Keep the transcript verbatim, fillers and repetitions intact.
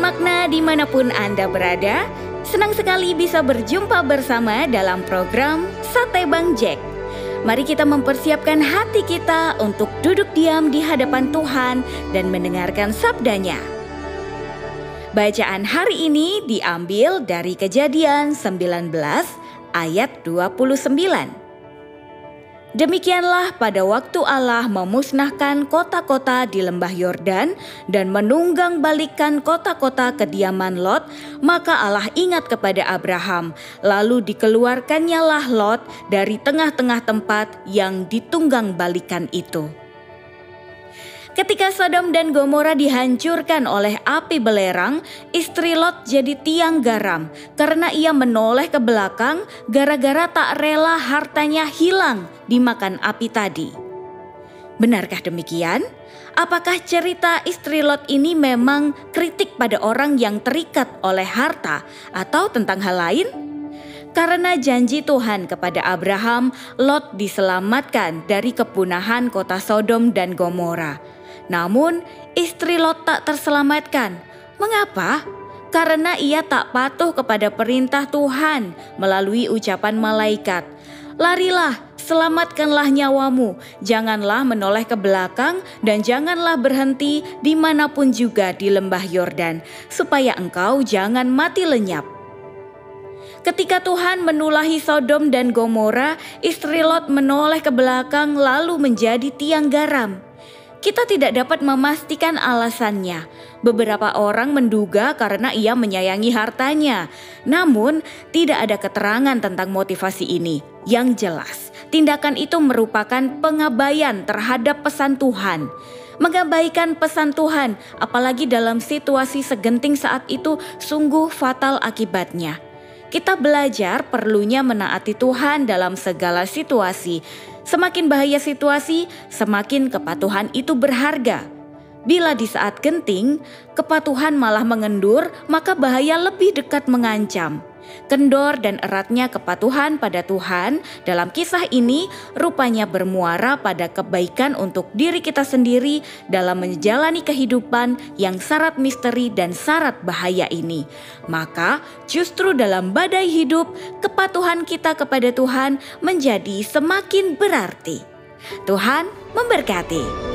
makna dimanapun Anda berada, senang sekali bisa berjumpa bersama dalam program Sate Bang Jack. Mari kita mempersiapkan hati kita untuk duduk diam di hadapan Tuhan dan mendengarkan sabdanya. Bacaan hari ini diambil dari Kejadian sembilan belas ayat dua puluh sembilan. Demikianlah pada waktu Allah memusnahkan kota-kota di lembah Yordan dan menunggang balikkan kota-kota kediaman Lot, maka Allah ingat kepada Abraham, lalu dikeluarkannyalah Lot dari tengah-tengah tempat yang ditunggang balikan itu. Ketika Sodom dan Gomora dihancurkan oleh api belerang, istri Lot jadi tiang garam karena ia menoleh ke belakang gara-gara tak rela hartanya hilang dimakan api tadi. Benarkah demikian? Apakah cerita istri Lot ini memang kritik pada orang yang terikat oleh harta atau tentang hal lain? Karena janji Tuhan kepada Abraham, Lot diselamatkan dari kepunahan kota Sodom dan Gomora. Namun istri Lot tak terselamatkan. Mengapa? Karena ia tak patuh kepada perintah Tuhan melalui ucapan malaikat. Larilah, selamatkanlah nyawamu, janganlah menoleh ke belakang dan janganlah berhenti dimanapun juga di lembah Yordan, supaya engkau jangan mati lenyap. Ketika Tuhan menulahi Sodom dan Gomora, istri Lot menoleh ke belakang lalu menjadi tiang garam. Kita tidak dapat memastikan alasannya. Beberapa orang menduga karena ia menyayangi hartanya. Namun, tidak ada keterangan tentang motivasi ini. Yang jelas, tindakan itu merupakan pengabaian terhadap pesan Tuhan. Mengabaikan pesan Tuhan, apalagi dalam situasi segenting saat itu, sungguh fatal akibatnya. Kita belajar perlunya menaati Tuhan dalam segala situasi. Semakin bahaya situasi, semakin kepatuhan itu berharga. Bila di saat genting, kepatuhan malah mengendur, maka bahaya lebih dekat mengancam. Kendor dan eratnya kepatuhan pada Tuhan dalam kisah ini rupanya bermuara pada kebaikan untuk diri kita sendiri dalam menjalani kehidupan yang syarat misteri dan syarat bahaya ini. Maka justru dalam badai hidup, kepatuhan kita kepada Tuhan menjadi semakin berarti. Tuhan memberkati.